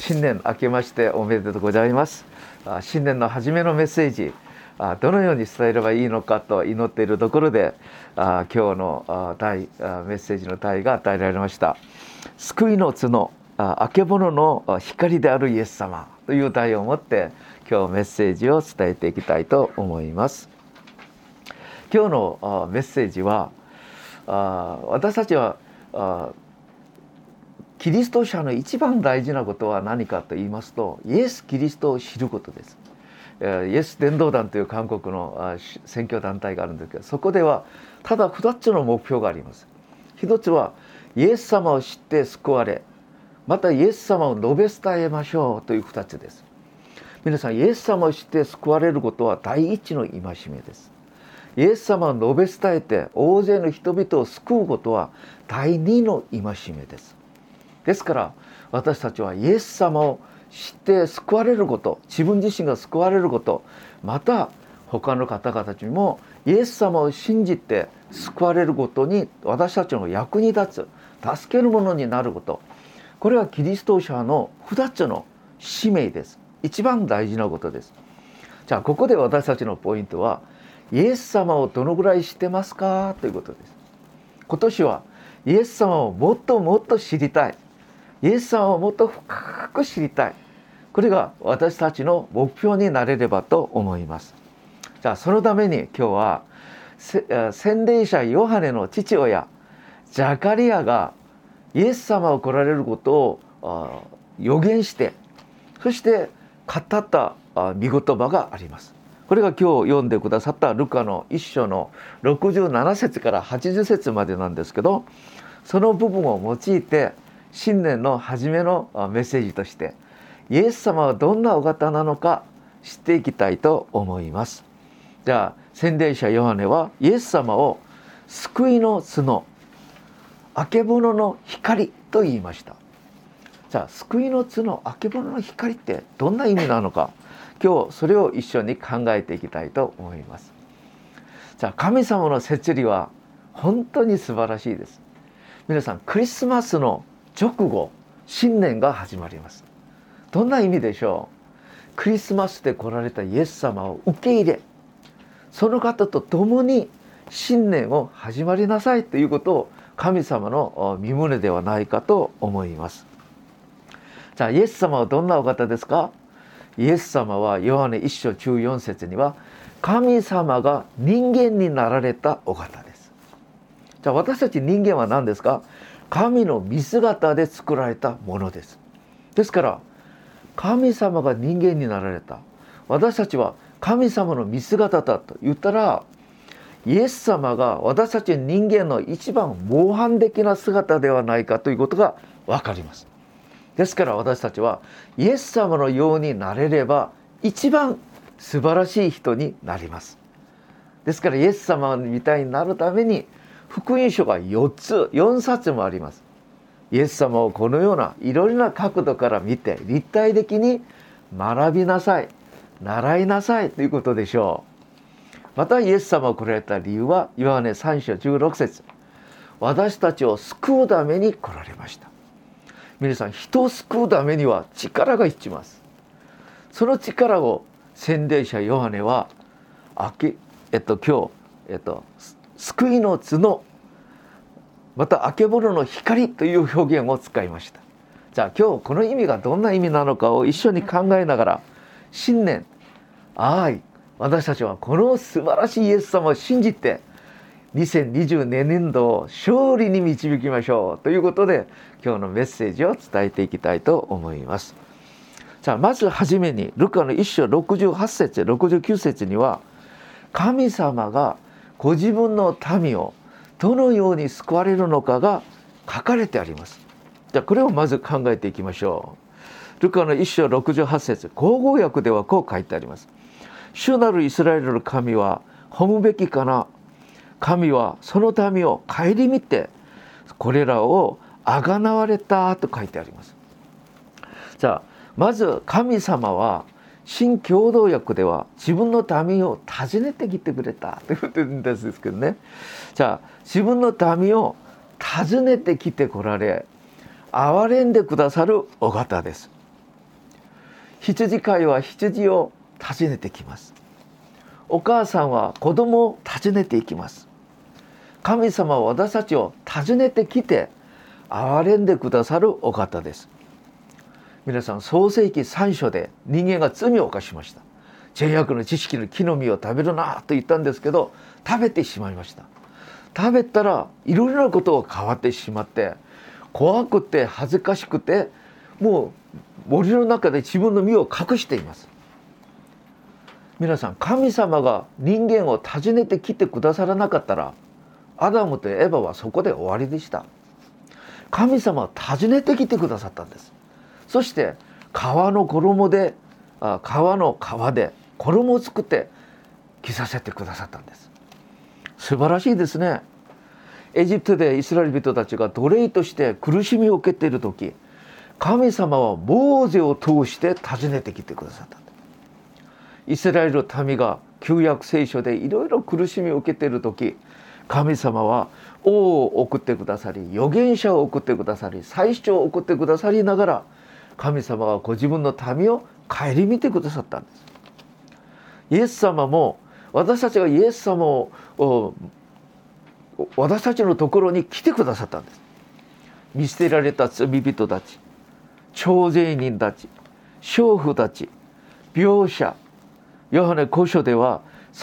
新年明けましておめでとうございます。新年の初めのメッセージ、どのように伝えればいいのかと祈っているところで、今日のメッセージの題が与えられました。救いの角、あけぼのの光であるイエス様という題を持って今日メッセージを伝えていきたいと思います。今日のメッセージは、私たちはキリスト者の一番大事なことは何かと言いますと、イエス・キリストを知ることです。イエス伝道団という韓国の宣教団体があるんですけど、そこではただ2つの目標があります。一つはイエス様を知って救われ、またイエス様を述べ伝えましょうという2つです。皆さん、イエス様を知って救われることは第一の戒めです。イエス様を述べ伝えて大勢の人々を救うことは第二の戒めです。ですから私たちはイエス様を知って救われること、自分自身が救われること、また他の方々たちもイエス様を信じて救われることに私たちの役に立つ、助けるものになること、これはキリスト者の2つの使命です。一番大事なことです。じゃあここで私たちのポイントは、イエス様をどのぐらい知ってますかということです。今年はイエス様をもっともっと知りたい、イエス様をもっと深く知りたい、これが私たちの目標になれればと思います。じゃあそのために今日は洗礼者ヨハネの父親ザカリアがイエス様を来られることを予言して、そして語った御言葉があります。これが今日読んでくださったルカの1章の67節から80節までなんですけど、その部分を用いて新年の初めのメッセージとしてイエス様はどんなお方なのか知っていきたいと思います。じゃあ洗礼者ヨハネはイエス様を救いの角、あけぼのの光と言いました。じゃあ救いの角、あけぼのの光ってどんな意味なのか、今日それを一緒に考えていきたいと思います。じゃあ神様の摂理は本当に素晴らしいです。皆さん、クリスマスの直後、新年が始まります。どんな意味でしょう。クリスマスで来られたイエス様を受け入れ、その方と共に新年を始まりなさいということを神様の御胸ではないかと思います。じゃあイエス様はどんなお方ですか。イエス様はヨハネ1章14節には神様が人間になられたお方です。じゃあ私たち人間は何ですか。神の見姿で作られたものです。ですから神様が人間になられた、私たちは神様の見姿だと言ったら、イエス様が私たち人間の一番模範的な姿ではないかということが分かります。ですから私たちはイエス様のようになれれば一番素晴らしい人になります。ですからイエス様みたいになるために福音書が4冊もあります。イエス様をこのようないろいろな角度から見て立体的に学びなさい、習いなさいということでしょう。またイエス様を来られた理由はヨハネ3章16節、私たちを救うために来られました。皆さん、人を救うためには力が必要です。その力を洗礼者ヨハネは今日、救いの角、またあけぼのの光という表現を使いました。じゃあ今日この意味がどんな意味なのかを一緒に考えながら、新年、私たちはこの素晴らしいイエス様を信じて2020年度を勝利に導きましょうということで、今日のメッセージを伝えていきたいと思います。じゃあまずはじめにルカの1章68節69節には、神様がご自分の民をどのように救われるのかが書かれてあります。じゃあこれをまず考えていきましょう。ルカの1章68節、口語訳ではこう書いてあります。主なるイスラエルの神は褒むべきかな。神はその民を顧みてこれらをあがなわれたと書いてあります。じゃあまず神様は新共同訳では自分の民を訪ねてきてくれたということなんですけどね。じゃあ自分の民を訪ねてきてこられ、憐れんでくださるお方です。 羊飼いは羊を訪ねてきます。お母さんは子供を訪ねていきます。神様は私たちを訪ねてきて憐れんでくださるお方です。皆さん、創世記3章で人間が罪を犯しました。善悪の知識の木の実を食べるなと言ったんですけど、食べてしまいました。食べたらいろいろなことが変わってしまって、怖くて恥ずかしくて、もう森の中で自分の身を隠しています。皆さん、神様が人間を訪ねてきてくださらなかったら、アダムとエバはそこで終わりでした。神様は訪ねてきてくださったんです。そして革の衣で革の皮で衣を作って着させてくださったんです。素晴らしいですね。エジプトでイスラエル人たちが奴隷として苦しみを受けている時、神様はモーゼを通して訪ねてきてくださった。イスラエルの民が旧約聖書でいろいろ苦しみを受けている時、神様は王を送ってくださり、預言者を送ってくださり、祭司長を送ってくださりながら、神様はご自分の民を顧みてくださったんです。イエス様も、私たちがイエス様を私たちのところに来てくださったんです。見捨てられた罪人たち、徴税人たち、娼婦たち、病者、ヨハネ5書では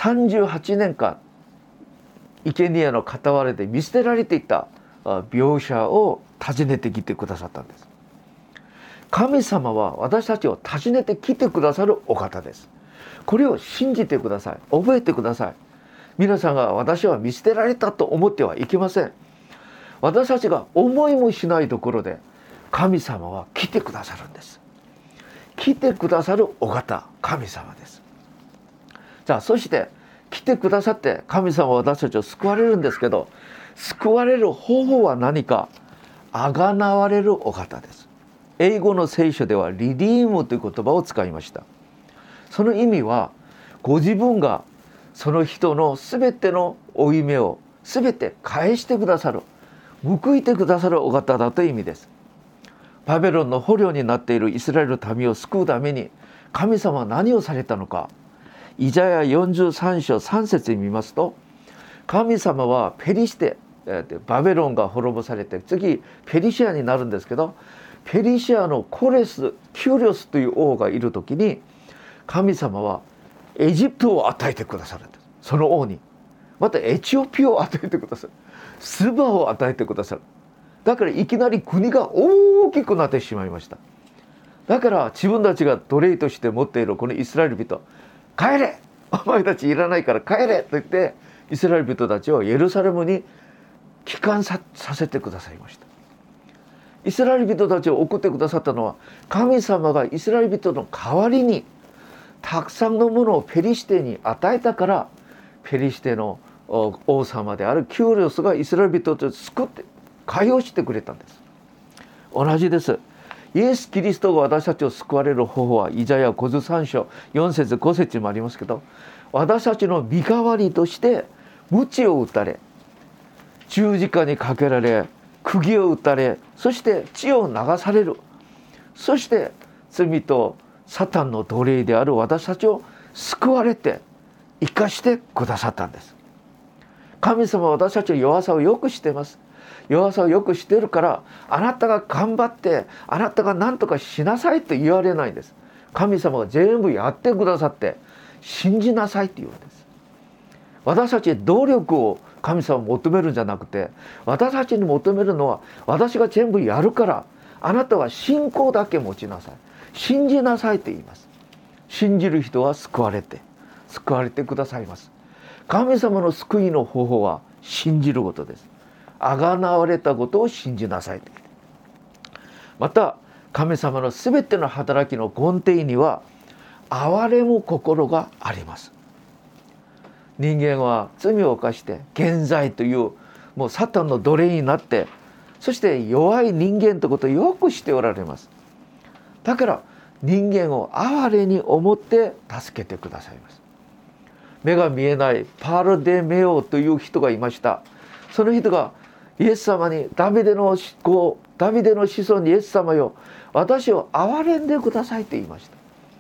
38年間生贄の傍らで見捨てられていた病者を訪ねてきてくださったんです。神様は私たちを訪ねてきてくださるお方です。これを信じてください。覚えてください。皆さんが私は見捨てられたと思ってはいけません。私たちが思いもしないところで神様は来てくださるんです。来てくださるお方、神様です。じゃあ、そして来てくださって神様は私たちを救われるんですけど、救われる方法は何か。あがなわれるお方です。英語の聖書ではリディームという言葉を使いました。その意味は、ご自分がその人のすべての負い目をすべて返してくださる、報いてくださるお方だという意味です。バベロンの捕虜になっているイスラエルの民を救うために神様は何をされたのか。イザヤ43章3節に見ますと、神様はペリシテ、バベロンが滅ぼされて次ペリシアになるんですけど、ペリシアのキュリオスという王がいる時に、神様はエジプトを与えてくださるんです。その王にまたエチオピアを与えてくださる、スバを与えてくださる。だからいきなり国が大きくなってしまいました。だから自分たちが奴隷として持っているこのイスラエル人、帰れ、お前たちいらないから帰れと言ってイスラエル人たちをエルサレムに帰還させてくださいました。イスラエル人たちを送ってくださったのは、神様がイスラエル人の代わりにたくさんのものをペリシテに与えたから、ペリシテの王様であるキュリオスがイスラエル人を救って解放してくれたんです。同じです。イエス・キリストが私たちを救われる方法はイザヤ53章4節5節にもありますけど、私たちの身代わりとして鞭を打たれ、十字架にかけられ、釘を打たれ、そして血を流される。そして罪とサタンの奴隷である私たちを救われて生かしてくださったんです。神様は私たちの弱さをよく知っています。弱さをよく知っているから、あなたが頑張ってあなたが何とかしなさいと言われないんです。神様が全部やってくださって信じなさいと言うんです。私たち努力を神様求めるんじゃなくて、私たちに求めるのは、私が全部やるからあなたは信仰だけ持ちなさい、信じなさいと言います。信じる人は救われてくださいます。神様の救いの方法は信じることです。あがなわれたことを信じなさいと。また神様のすべての働きの根底には憐れむ心があります。人間は罪を犯して現在というもうサタンの奴隷になって、そして弱い人間ということをよくしておられます。だから人間を憐れに思って助けてくださいます。目が見えないパルデメオという人がいました。その人がイエス様に、ダビデの子孫にイエス様よ、私を憐れんでくださいと言いました。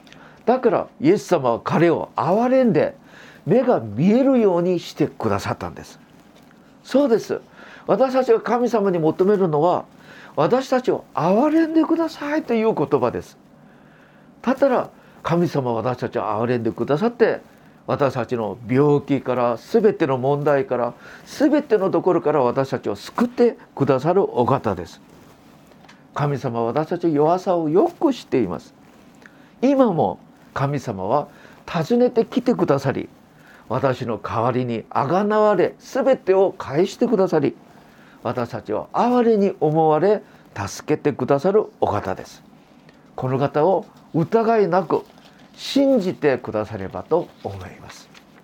だからイエス様は彼を憐れんで目が見えるようにしてくださったんです。そうです。私たちが神様に求めるのは、私たちを憐れんでくださいという言葉です。だったら神様は私たちを憐れんでくださって、私たちの病気から全ての問題から全てのところから私たちを救ってくださるお方です。神様は私たちの弱さをよく知っています。今も神様は訪ねてきてくださり、私の代わりにあがなわれ全てを返してくださり、私たちを憐れに思われ助けてくださるお方です。この方を疑いなく信じてくださればと思います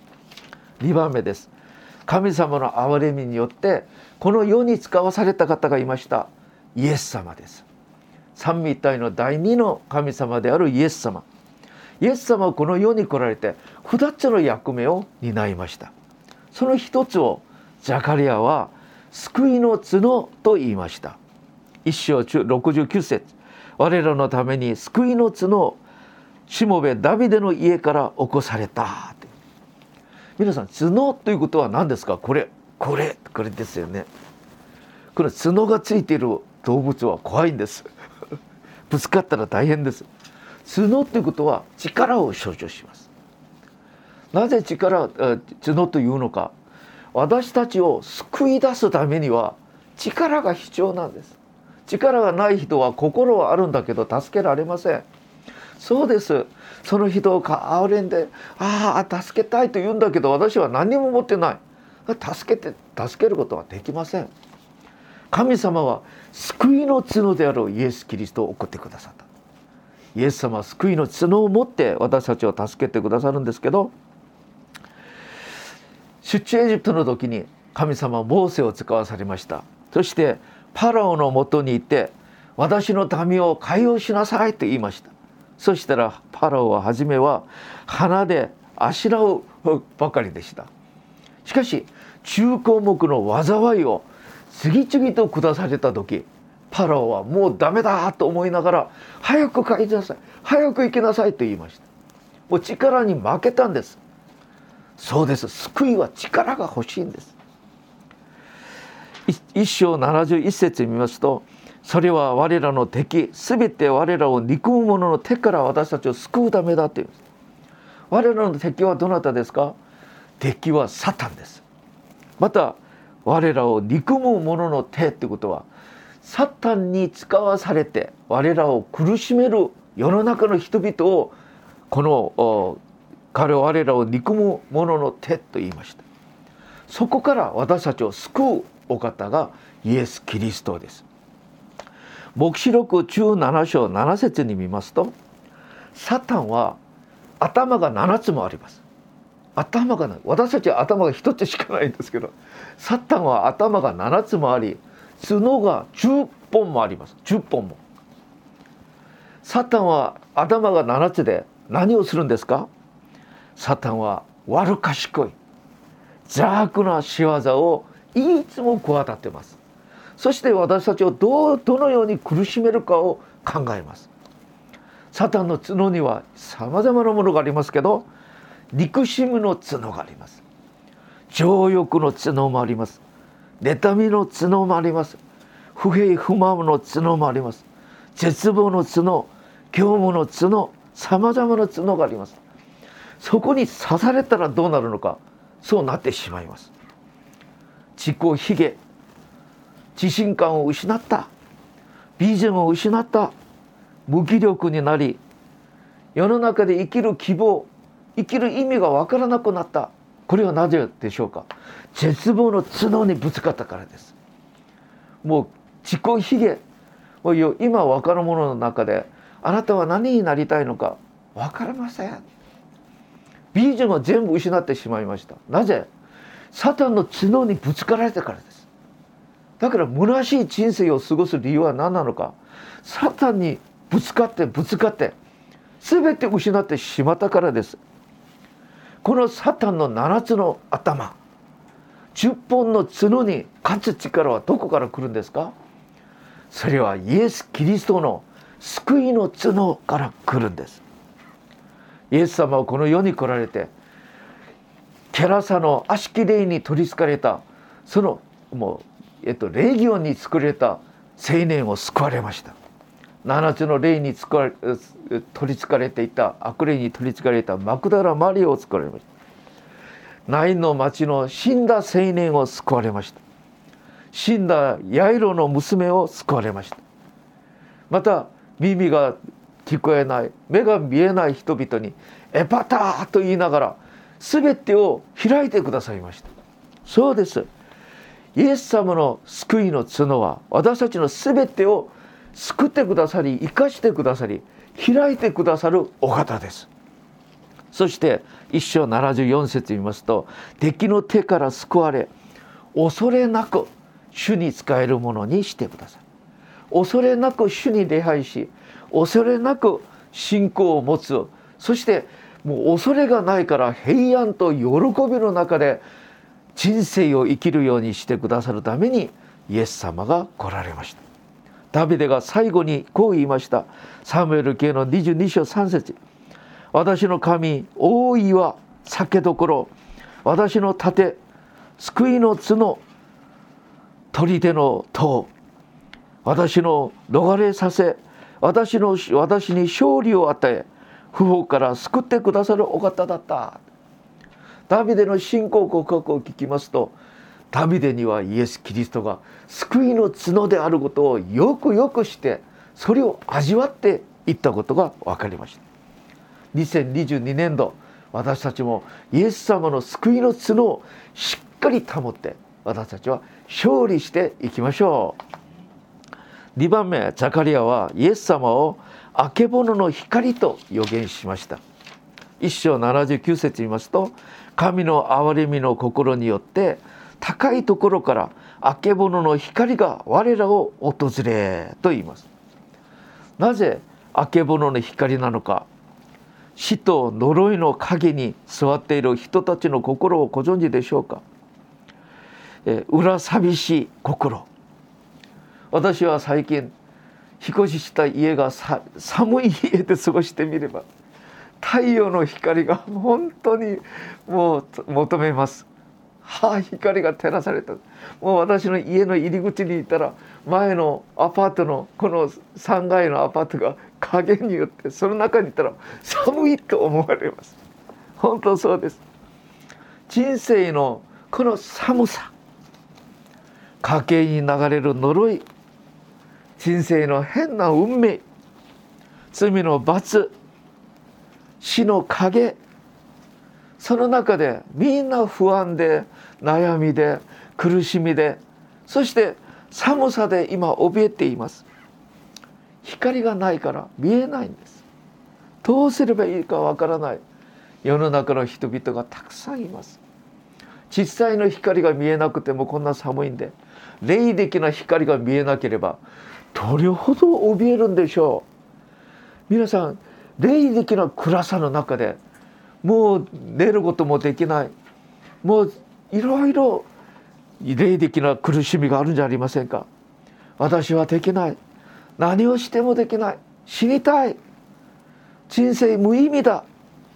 。2番目です。神様の憐れみによってこの世に使わされた方がいました。イエス様です。三位一体の第二の神様であるイエス様。イエス様はこの世に来られて2つの役目を担いました。その一つをザカリアは救いの角と言いました。一章69節、我らのために救いの角をしもべダビデの家から起こされた。皆さん、角ということは何ですか？これですよね。これ角がついている動物は怖いんですぶつかったら大変です。角ということは力を象徴します。なぜ角というのか。私たちを救い出すためには力が必要なんです。力がない人は心はあるんだけど助けられません。そうです。その人を憐れんで助けたいと言うんだけど、私は何も持ってない。助けることはできません。神様は救いの角であるイエス・キリストを送ってくださった。イエス様は救いの角を持って私たちを助けてくださるんですけど、出地エジプトの時に神様はモーセを使わされました。そしてパラオのもとに行って、私の民を解放しなさいと言いました。そしたらパラオは初めは鼻であしらうばかりでした。しかし10項目の災いを次々と下された時、パラオはもうダメだと思いながら、早く帰りなさい、早く行きなさいと言いました。もう力に負けたんです。そうです。救いは力が欲しいんです。一章71節見ますと、それは我らの敵、すべて我らを憎む者の手から私たちを救うためだというんです。我らの敵はどなたですか？敵はサタンです。また我らを憎む者の手ということは、サタンに使わされて我らを苦しめる世の中の人々を、この我らを憎む者の手と言いました。そこから私たちを救うお方がイエス・キリストです。黙示録17章7節に見ますと、サタンは頭が7つもあります。頭がない。私たちは頭が1つしかないんですけど、サタンは頭が7つもあり、角が10本もあります。10本も。サタンは頭が7つで何をするんですか？サタンは悪賢い邪悪な仕業をいつも企てます。そして私たちをどのように苦しめるかを考えます。サタンの角にはさまざまなものがありますけど、憎しみの角があります。情欲の角もあります。妬みの角もあります。不平不満の角もあります。絶望の角、虚無の角、さまざまな角があります。そこに刺されたらどうなるのか、そうなってしまいます。自己卑下、自信感を失った、ビジョンを失った、無気力になり、世の中で生きる希望、生きる意味が分からなくなった。これはなぜでしょうか？絶望の角にぶつかったからです。もう自己卑下、今若者の中であなたは何になりたいのか分かりません。ビジョンは全部失ってしまいました。なぜ？サタンの角にぶつかられたからです。だから虚しい人生を過ごす理由は何なのか？サタンにぶつかって全て失ってしまったからです。このサタンの7つの頭、10本の角に勝つ力はどこから来るんですか？それはイエス・キリストの救いの角から来るんです。 イエス様はこの世に来られて、ケラサの悪しき霊に取りつかれたそのレギオンに作られた青年を救われました。7つの霊に取りつかれていた、悪霊に取りつかれたマクダラマリアを救われました。ナインの町の死んだ青年を救われました。死んだヤイロの娘を救われました。また耳が聞こえない、目が見えない人々にエパターと言いながら全てを開いてくださいました。そうです。イエス様の救いの角は私たちの全てを救ってくださり、生かしてくださり、開いてくださるお方です。そして1章74節見ますと、敵の手から救われ、恐れなく主に仕えるものにしてください。恐れなく主に礼拝し、恐れなく信仰を持つ、そしてもう恐れがないから平安と喜びの中で人生を生きるようにしてくださるためにイエス様が来られました。ダビデが最後にこう言いました。サムエル記の22章3節、私の神、大岩、酒どころ、私の盾、救いの角、砦の塔、私の逃れさせ、私に勝利を与え、不法から救ってくださるお方だった。ダビデの信仰告白を聞きますと、ダビデにはイエス・キリストが救いの角であることをよくよくして、それを味わっていったことが分かりました。2022年度、私たちもイエス様の救いの角をしっかり保って、私たちは勝利していきましょう。2番目、ザカリアはイエス様をあけぼのの光と予言しました。1章79節見ますと、神の憐れみの心によって高いところからあけぼのの光が我らを訪れと言います。なぜあけぼのの光なのか。死と呪いの陰に座っている人たちの心をご存知でしょうか。裏寂しい心。私は最近引っ越しした家が寒い家で過ごしてみれば、太陽の光が本当にもう求めます。光が照らされた。もう私の家の入り口にいたら、前のアパートのこの3階のアパートが影によって、その中にいたら寒いと思われます。本当そうです。人生のこの寒さ、家計に流れる呪い、人生の変な運命、罪の罰、死の影、その中でみんな不安で悩みで苦しみで、そして寒さで今怯えています。光がないから見えないんです。どうすればいいかわからない世の中の人々がたくさんいます。実際の光が見えなくてもこんな寒いんで、霊的な光が見えなければどれほど怯えるんでしょう。皆さん、霊的な暗さの中でもう寝ることもできない、もういろいろ霊的な苦しみがあるんじゃありませんか。私はできない、何をしてもできない、死にたい、人生無意味だ、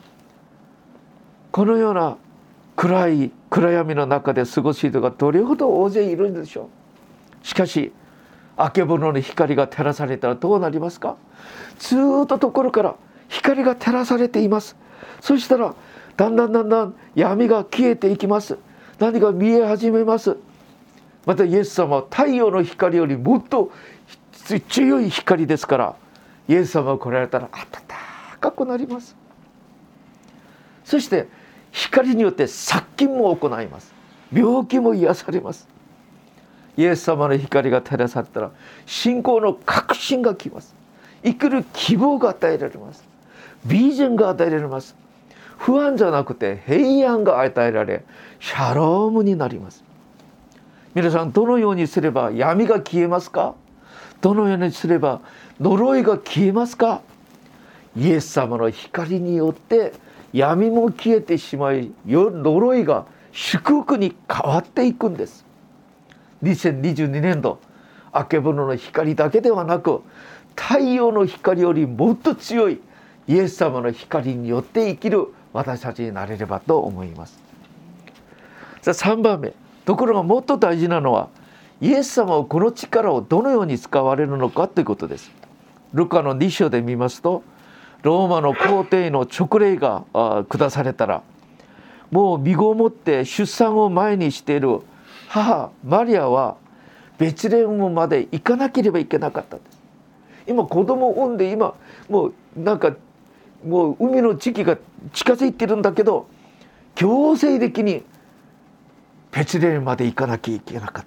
このような暗闇の中で過ごす人がどれほど大勢いるんでしょう。しかしあけぼのの光が照らされたらどうなりますか。ずっとところから光が照らされています。そしたらだんだん闇が消えていきます。何か見え始めます。またイエス様は太陽の光よりもっと強い光ですから、イエス様が来られたら暖かくなります。そして光によって殺菌も行います。病気も癒されます。イエス様の光が照らされたら信仰の確信がきます。生きる希望が与えられます。ビジョンが与えられます。不安じゃなくて平安が与えられ、シャロームになります。皆さん、どのようにすれば闇が消えますか。どのようにすれば呪いが消えますか。イエス様の光によって闇も消えてしまい、呪いが祝福に変わっていくんです。2022年度、あけぼのの光だけではなく、太陽の光よりもっと強いイエス様の光によって生きる私たちになれればと思います。3番目、ところがもっと大事なのは、イエス様はこの力をどのように使われるのかということです。ルカの2章で見ますと、ローマの皇帝の勅令が下されたら、もう身ごもって出産を前にしている母マリアはベツレヘムまで行かなければいけなかったんです。今子供を産んで、今もうもう海の時期が近づいてるんだけど、強制的にベツレヘムまで行かなきゃいけなかった。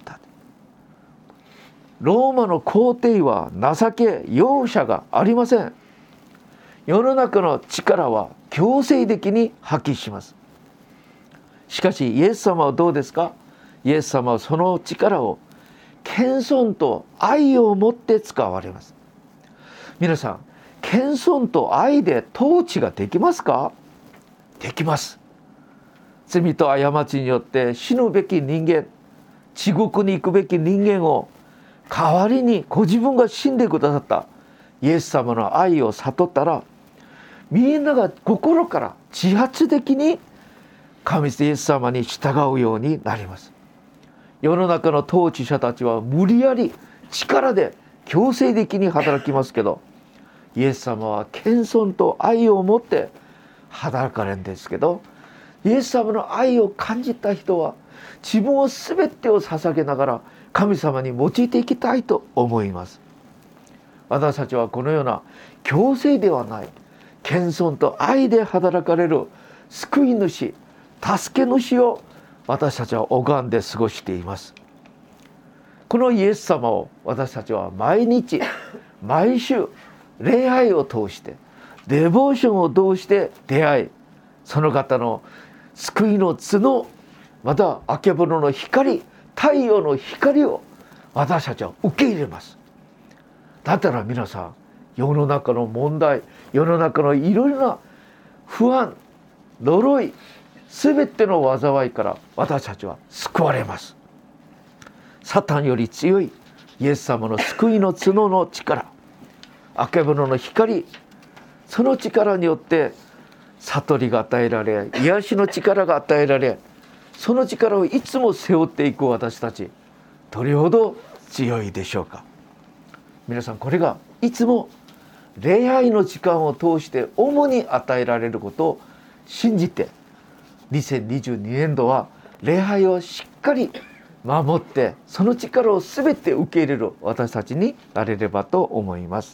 ローマの皇帝は情け容赦がありません。世の中の力は強制的に発揮します。しかしイエス様はどうですか？イエス様はその力を謙遜と愛を持って使われます。皆さん、謙遜と愛で統治ができますか？できます。罪と過ちによって死ぬべき人間、地獄に行くべき人間を代わりにご自分が死んでくださったイエス様の愛を悟ったら、みんなが心から自発的に神イエス様に従うようになります。世の中の統治者たちは無理やり力で強制的に働きますけど、イエス様は謙遜と愛を持って働かれるんですけど、イエス様の愛を感じた人は自分を全てを捧げながら神様に用いていきたいと思います。私たちはこのような強制ではない謙遜と愛で働かれる救い主、助け主を私たちは拝んで過ごしています。このイエス様を私たちは毎日毎週礼拝を通して、デボーションを通して出会い、その方の救いの角、またあけぼのの光、太陽の光を私たちは受け入れます。だったら皆さん、世の中の問題、世の中のいろいろな不安、呪い、すべての災いから私たちは救われます。サタンより強いイエス様の救いの角の力、あけぼのの光、その力によって悟りが与えられ、癒しの力が与えられ、その力をいつも背負っていく私たち、どれほど強いでしょうか。皆さん、これがいつも礼拝の時間を通して主に与えられることを信じて、2022年度は礼拝をしっかり守って、その力を全て受け入れる私たちになれればと思います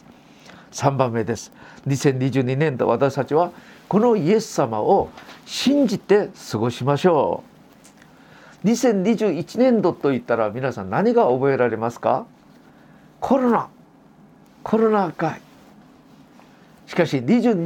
。3番目です。2022年度、私たちはこのイエス様を信じて過ごしましょう。2021年度といったら皆さん何が覚えられますか？コロナ禍。しかし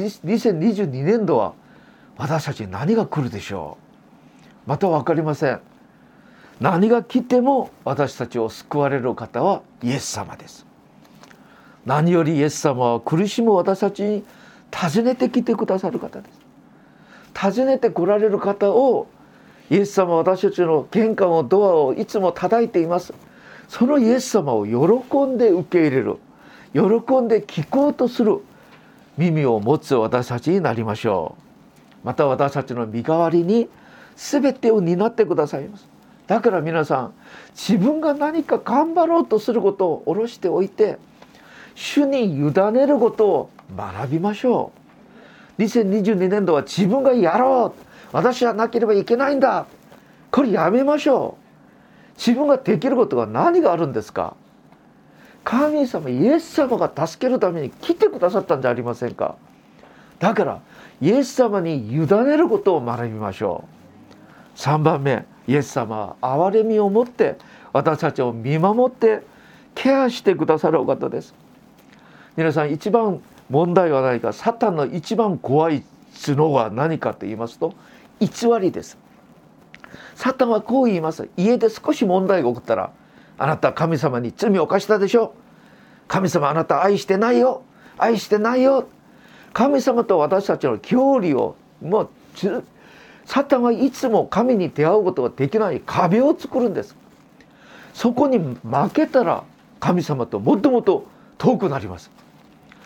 2022年度は私たちに何が来るでしょう？また分かりません。何が来ても私たちを救われる方はイエス様です。何よりイエス様は苦しむ私たちに訪ねてきてくださる方です。訪ねて来られる方をイエス様は私たちの玄関のドアをいつも叩いています。そのイエス様を喜んで受け入れる、喜んで聞こうとする耳を持つ私たちになりましょう。また私たちの身代わりに全てを担ってくださいます。だから皆さん、自分が何か頑張ろうとすることを下ろしておいて、主に委ねることを学びましょう。2022年度は自分がやろう、私はなければいけないんだ、これやめましょう。自分ができることが何があるんですか？神様、イエス様が助けるために来てくださったんじゃありませんか？だからイエス様に委ねることを学びましょう。3番目、イエス様は憐れみを持って私たちを見守ってケアしてくださるお方です。皆さん、一番問題は何か、サタンの一番怖い角は何かと言いますと、偽りです。サタンはこう言います。家で少し問題が起こったら、あなた神様に罪を犯したでしょ、神様あなた愛してないよ、愛してないよ。神様と私たちの距離をサタンはいつも神に出会うことができない壁を作るんです。そこに負けたら神様ともっともっと遠くなります。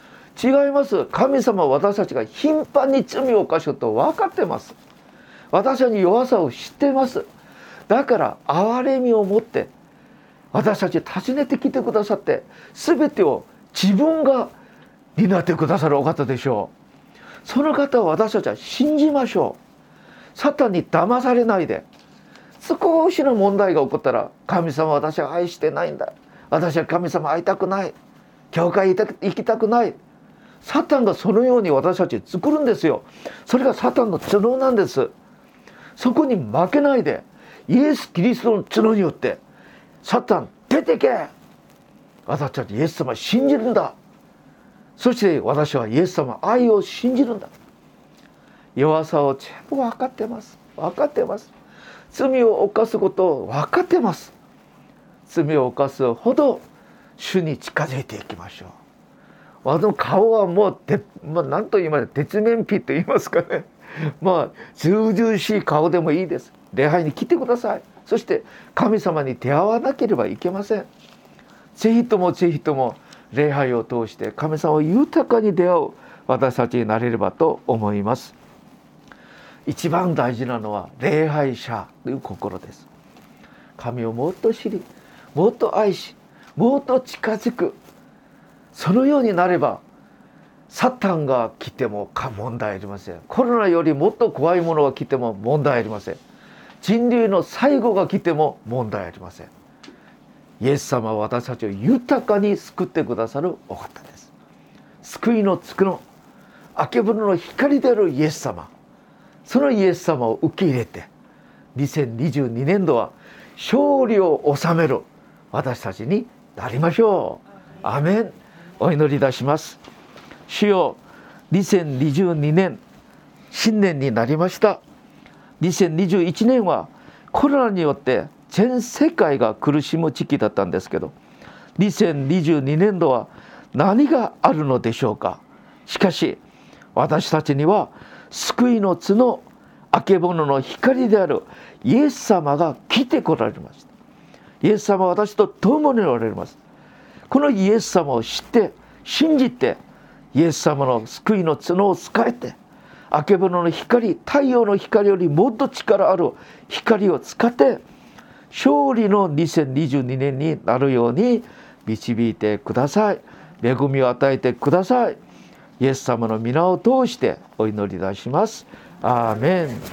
違います。神様は私たちが頻繁に罪を犯すことを分かってます。私たちの弱さを知っています。だから憐れみを持って私たちを訪ねてきてくださって、全てを自分が担ってくださるお方でしょう。その方を私たちは信じましょう。サタンに騙されないで。少しの問題が起こったら、神様は私は愛してないんだ、私は神様会いたくない、教会行きたくない。サタンがそのように私たちを作るんですよ。それがサタンの都合なんです。そこに負けないで、イエス・キリストの角によってサタン出てけ、私たちイエス様を信じるんだ。そして私はイエス様愛を信じるんだ。弱さを全部分かってます。分かってます。罪を犯すことを分かってます。罪を犯すほど主に近づいていきましょう。あの顔はもう何と言いますか、鉄面皮と言いますかね、ずうずうしい顔でもいいです。礼拝に来てください。そして神様に出会わなければいけません。ぜひともぜひとも礼拝を通して神様を豊かに出会う私たちになれればと思います。一番大事なのは礼拝者という心です。神をもっと知り、もっと愛し、もっと近づく。そのようになればサタンが来ても問題ありません。コロナよりもっと怖いものが来ても問題ありません。人類の最後が来ても問題ありません。イエス様は私たちを豊かに救ってくださるお方です。救いの角、あけぼのの光であるイエス様、そのイエス様を受け入れて2022年度は勝利を収める私たちになりましょう。アメン。お祈りいたします。主よ、2022年新年になりました。2021年はコロナによって全世界が苦しむ時期だったんですけど、2022年度は何があるのでしょうか。しかし私たちには救いの角、あけぼのの光であるイエス様が来てこられました。イエス様は私と共におられます。このイエス様を知って信じて、イエス様の救いの角を使えて、あけぼのの光、太陽の光よりもっと力ある光を使って勝利の2022年になるように導いてください。恵みを与えてください。イエス様の皆を通してお祈りいたします。アーメン。